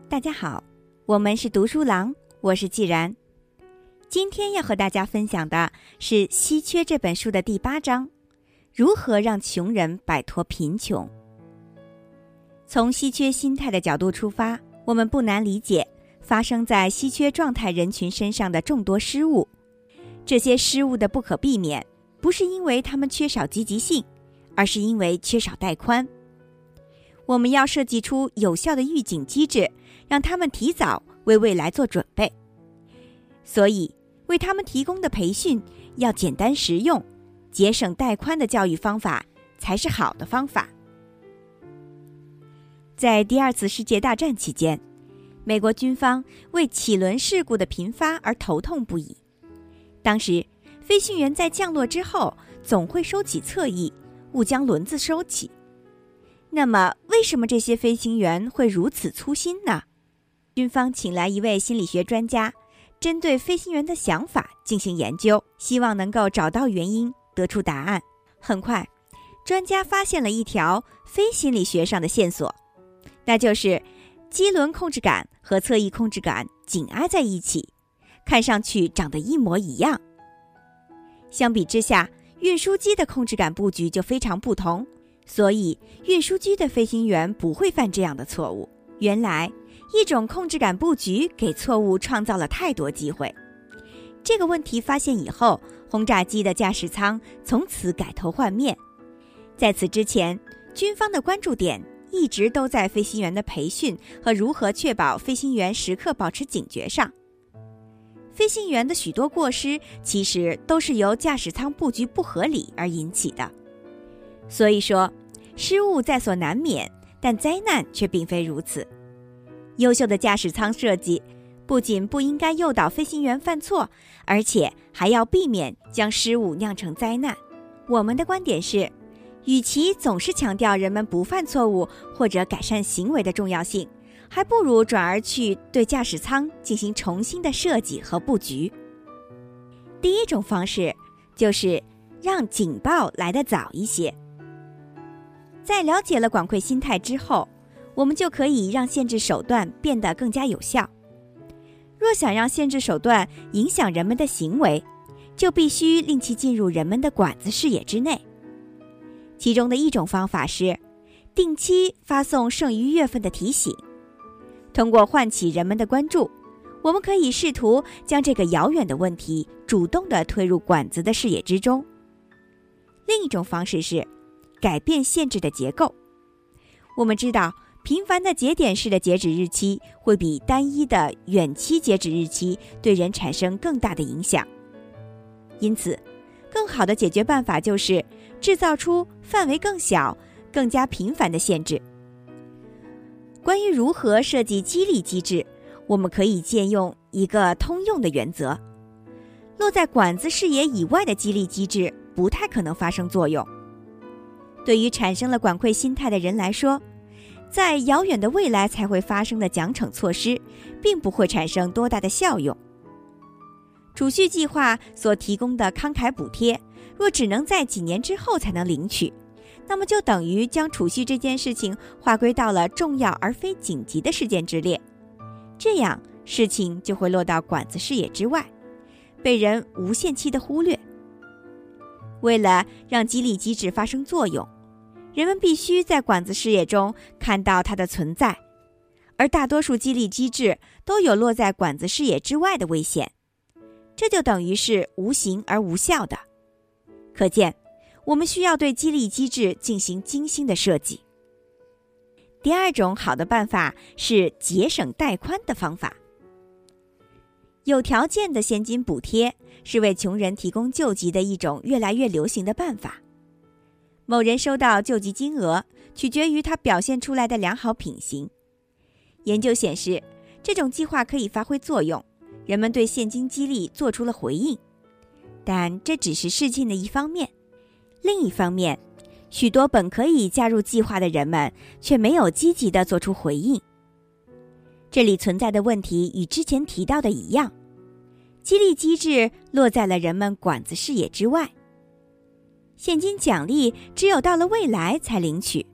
大家好，我们是读书郎，我是既然。今天要和大家分享的是《稀缺》这本书的第8章，如何让穷人摆脱贫穷。从稀缺心态的角度出发，我们不难理解发生在稀缺状态人群身上的众多失误。这些失误的不可避免，不是因为他们缺少积极性，而是因为缺少带宽。我们要设计出有效的预警机制，让他们提早为未来做准备。所以，为他们提供的培训要简单实用，节省带宽的教育方法才是好的方法。在第2次世界大战期间，美国军方为起轮事故的频发而头痛不已。当时，飞行员在降落之后总会收起侧翼，勿将轮子收起。那么，为什么这些飞行员会如此粗心呢？军方请来一位心理学专家，针对飞行员的想法进行研究，希望能够找到原因，得出答案。很快，专家发现了一条非心理学上的线索，那就是机轮控制杆和侧翼控制杆紧挨在一起，看上去长得一模一样。相比之下，运输机的控制杆布局就非常不同，所以运输机的飞行员不会犯这样的错误。原来，一种控制杆布局给错误创造了太多机会。这个问题发现以后，轰炸机的驾驶舱从此改头换面。在此之前，军方的关注点一直都在飞行员的培训和如何确保飞行员时刻保持警觉上。飞行员的许多过失其实都是由驾驶舱布局不合理而引起的。所以说，失误在所难免，但灾难却并非如此。优秀的驾驶舱设计不仅不应该诱导飞行员犯错，而且还要避免将失误酿成灾难。我们的观点是，与其总是强调人们不犯错误或者改善行为的重要性，还不如转而去对驾驶舱进行重新的设计和布局。第一种方式就是让警报来得早一些。在了解了管窥心态之后，我们就可以让限制手段变得更加有效。若想让限制手段影响人们的行为，就必须令其进入人们的管子视野之内。其中的一种方法是定期发送剩余月份的提醒。通过唤起人们的关注，我们可以试图将这个遥远的问题主动地推入管子的视野之中。另一种方式是改变限制的结构。我们知道，频繁的节点式的截止日期会比单一的远期截止日期对人产生更大的影响。因此，更好的解决办法就是制造出范围更小、更加频繁的限制。关于如何设计激励机制，我们可以借用一个通用的原则：落在管子视野以外的激励机制不太可能发生作用。对于产生了管窥心态的人来说，在遥远的未来才会发生的奖惩措施并不会产生多大的效用。储蓄计划所提供的慷慨补贴，若只能在几年之后才能领取，那么就等于将储蓄这件事情划归到了重要而非紧急的事件之列，这样事情就会落到管子视野之外，被人无限期的忽略。为了让激励机制发生作用，人们必须在管子视野中看到它的存在，而大多数激励机制都有落在管子视野之外的危险，这就等于是无形而无效的。可见，我们需要对激励机制进行精心的设计。第2种好的办法是节省带宽的方法。有条件的现金补贴是为穷人提供救济的一种越来越流行的办法。某人收到救济金额取决于他表现出来的良好品行。研究显示，这种计划可以发挥作用，人们对现金激励做出了回应。但这只是事情的一方面。另一方面，许多本可以加入计划的人们却没有积极地做出回应。这里存在的问题与之前提到的一样，激励机制落在了人们管子视野之外。现金奖励只有到了未来才领取，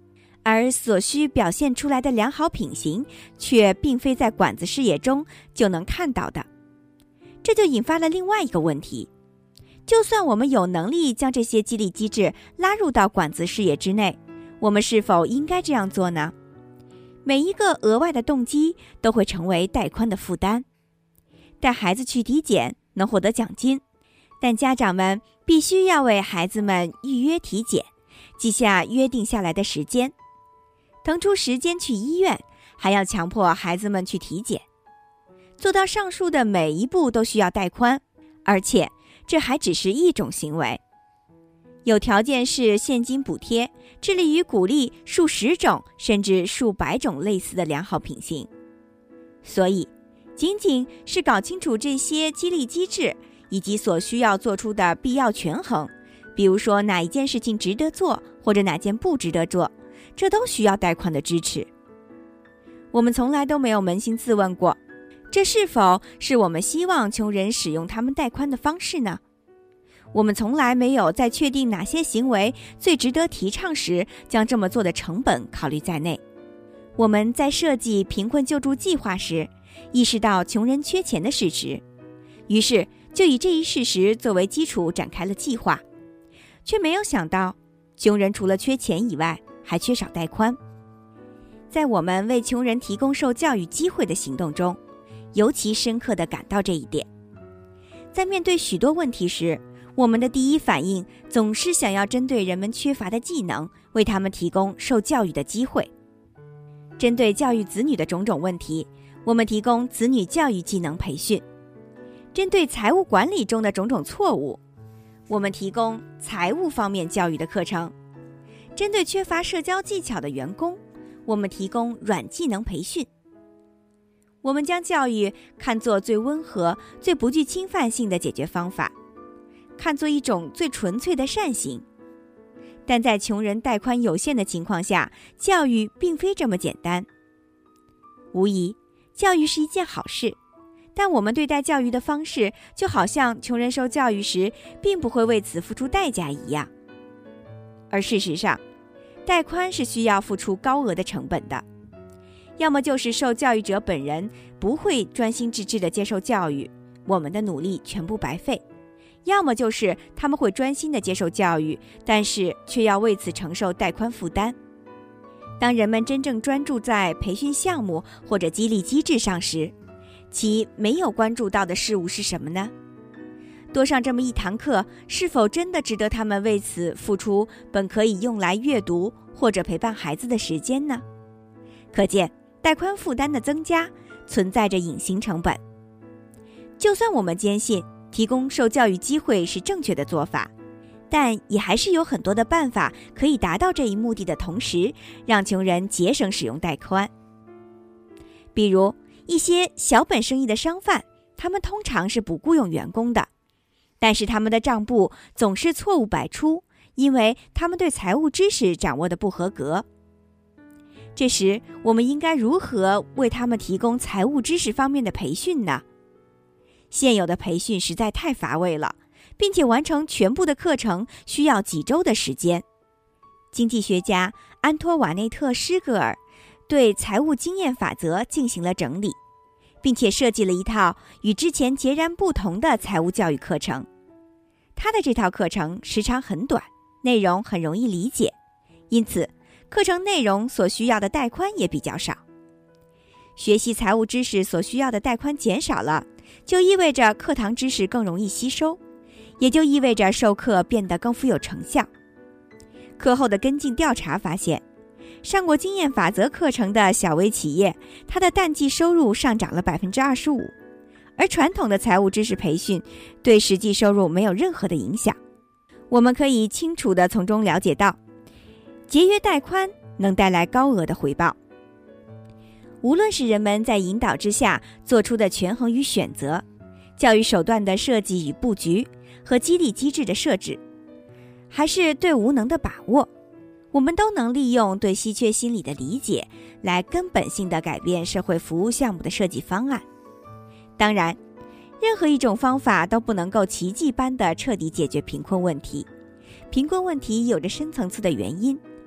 而所需表现出来的良好品行却并非在管子视野中就能看到的。这就引发了另外一个问题，就算我们有能力将这些激励机制拉入到管子视野之内，我们是否应该这样做呢？每一个额外的动机都会成为带宽的负担。带孩子去体检能获得奖金，但家长们必须要为孩子们预约体检，记下约定下来的时间，腾出时间去医院，还要强迫孩子们去体检。做到上述的每一步都需要带宽，而且这还只是一种行为。有条件式现金补贴致力于鼓励数十种甚至数百种类似的良好品行。所以仅仅是搞清楚这些激励机制以及所需要做出的必要权衡，比如说哪一件事情值得做或者哪件不值得做，这都需要带宽的支持。我们从来都没有扪心自问过，这是否是我们希望穷人使用他们带宽的方式呢？我们从来没有在确定哪些行为最值得提倡时将这么做的成本考虑在内。我们在设计贫困救助计划时意识到穷人缺钱的事实，于是就以这一事实作为基础展开了计划，却没有想到穷人除了缺钱以外还缺少带宽。在我们为穷人提供受教育机会的行动中，尤其深刻地感到这一点。在面对许多问题时，我们的第一反应总是想要针对人们缺乏的技能，为他们提供受教育的机会。针对教育子女的种种问题，我们提供子女教育技能培训；针对财务管理中的种种错误，我们提供财务方面教育的课程；针对缺乏社交技巧的员工，我们提供软技能培训。我们将教育看作最温和、最不具侵犯性的解决方法，看作一种最纯粹的善行。但在穷人带宽有限的情况下，教育并非这么简单。无疑，教育是一件好事，但我们对待教育的方式，就好像穷人受教育时并不会为此付出代价一样。而事实上，带宽是需要付出高额的成本的。要么就是受教育者本人不会专心致志地接受教育，我们的努力全部白费；要么就是他们会专心地接受教育，但是却要为此承受带宽负担。当人们真正专注在培训项目或者激励机制上时，其没有关注到的事物是什么呢？多上这么一堂课，是否真的值得他们为此付出本可以用来阅读或者陪伴孩子的时间呢？可见带宽负担的增加存在着隐形成本。就算我们坚信提供受教育机会是正确的做法，但也还是有很多的办法可以达到这一目的的同时，让穷人节省使用带宽。比如一些小本生意的商贩，他们通常是不雇佣员工的，但是他们的账簿总是错误百出，因为他们对财务知识掌握的不合格。这时我们应该如何为他们提供财务知识方面的培训呢？现有的培训实在太乏味了，并且完成全部的课程需要几周的时间。经济学家安托瓦内特·施格尔对财务经验法则进行了整理，并且设计了一套与之前截然不同的财务教育课程。他的这套课程时长很短，内容很容易理解，因此课程内容所需要的带宽也比较少。学习财务知识所需要的带宽减少了，就意味着课堂知识更容易吸收，也就意味着授课变得更富有成效。课后的跟进调查发现，上过经验法则课程的小微企业，它的淡季收入上涨了 25%， 而传统的财务知识培训对实际收入没有任何的影响。我们可以清楚地从中了解到，节约带宽能带来高额的回报。无论是人们在引导之下做出的权衡与选择，教育手段的设计与布局和激励机制的设置，还是对无能的把握，我们都能利用对稀缺心理的理解来根本性地改变社会服务项目的设计方案。当然，任何一种方法都不能够奇迹般地彻底解决贫困问题。贫困问题有着深层次的原因，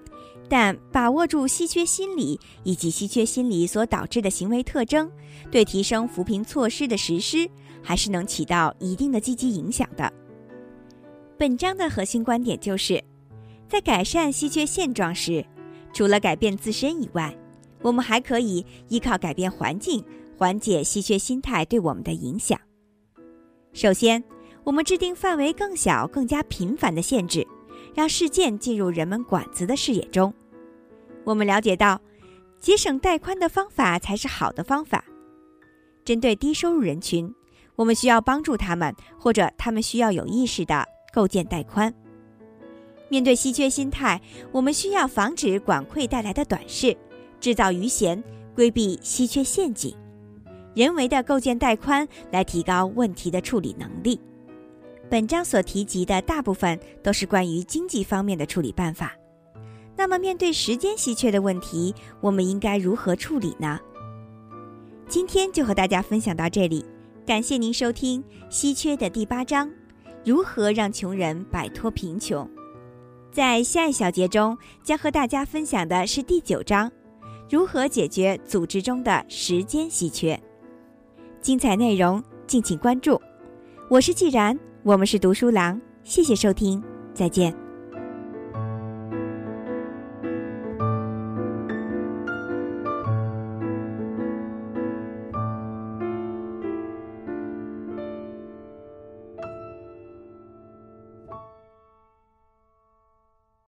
但把握住稀缺心理以及稀缺心理所导致的行为特征，对提升扶贫措施的实施还是能起到一定的积极影响的。本章的核心观点就是，在改善稀缺现状时，除了改变自身以外，我们还可以依靠改变环境，缓解稀缺心态对我们的影响。首先，我们制定范围更小、更加频繁的限制，让事件进入人们管子的视野中。我们了解到，节省带宽的方法才是好的方法。针对低收入人群，我们需要帮助他们，或者他们需要有意识地构建带宽。面对稀缺心态，我们需要防止管馈带来的短视，制造余弦，规避稀缺陷阱，人为的构建带宽来提高问题的处理能力。本章所提及的大部分都是关于经济方面的处理办法。那么面对时间稀缺的问题，我们应该如何处理呢？今天就和大家分享到这里，感谢您收听稀缺的第8章，如何让穷人摆脱贫穷。在下一小节中，将和大家分享的是第9章，如何解决组织中的时间稀缺。精彩内容敬请关注。我是既然，我们是读书郎，谢谢收听，再见。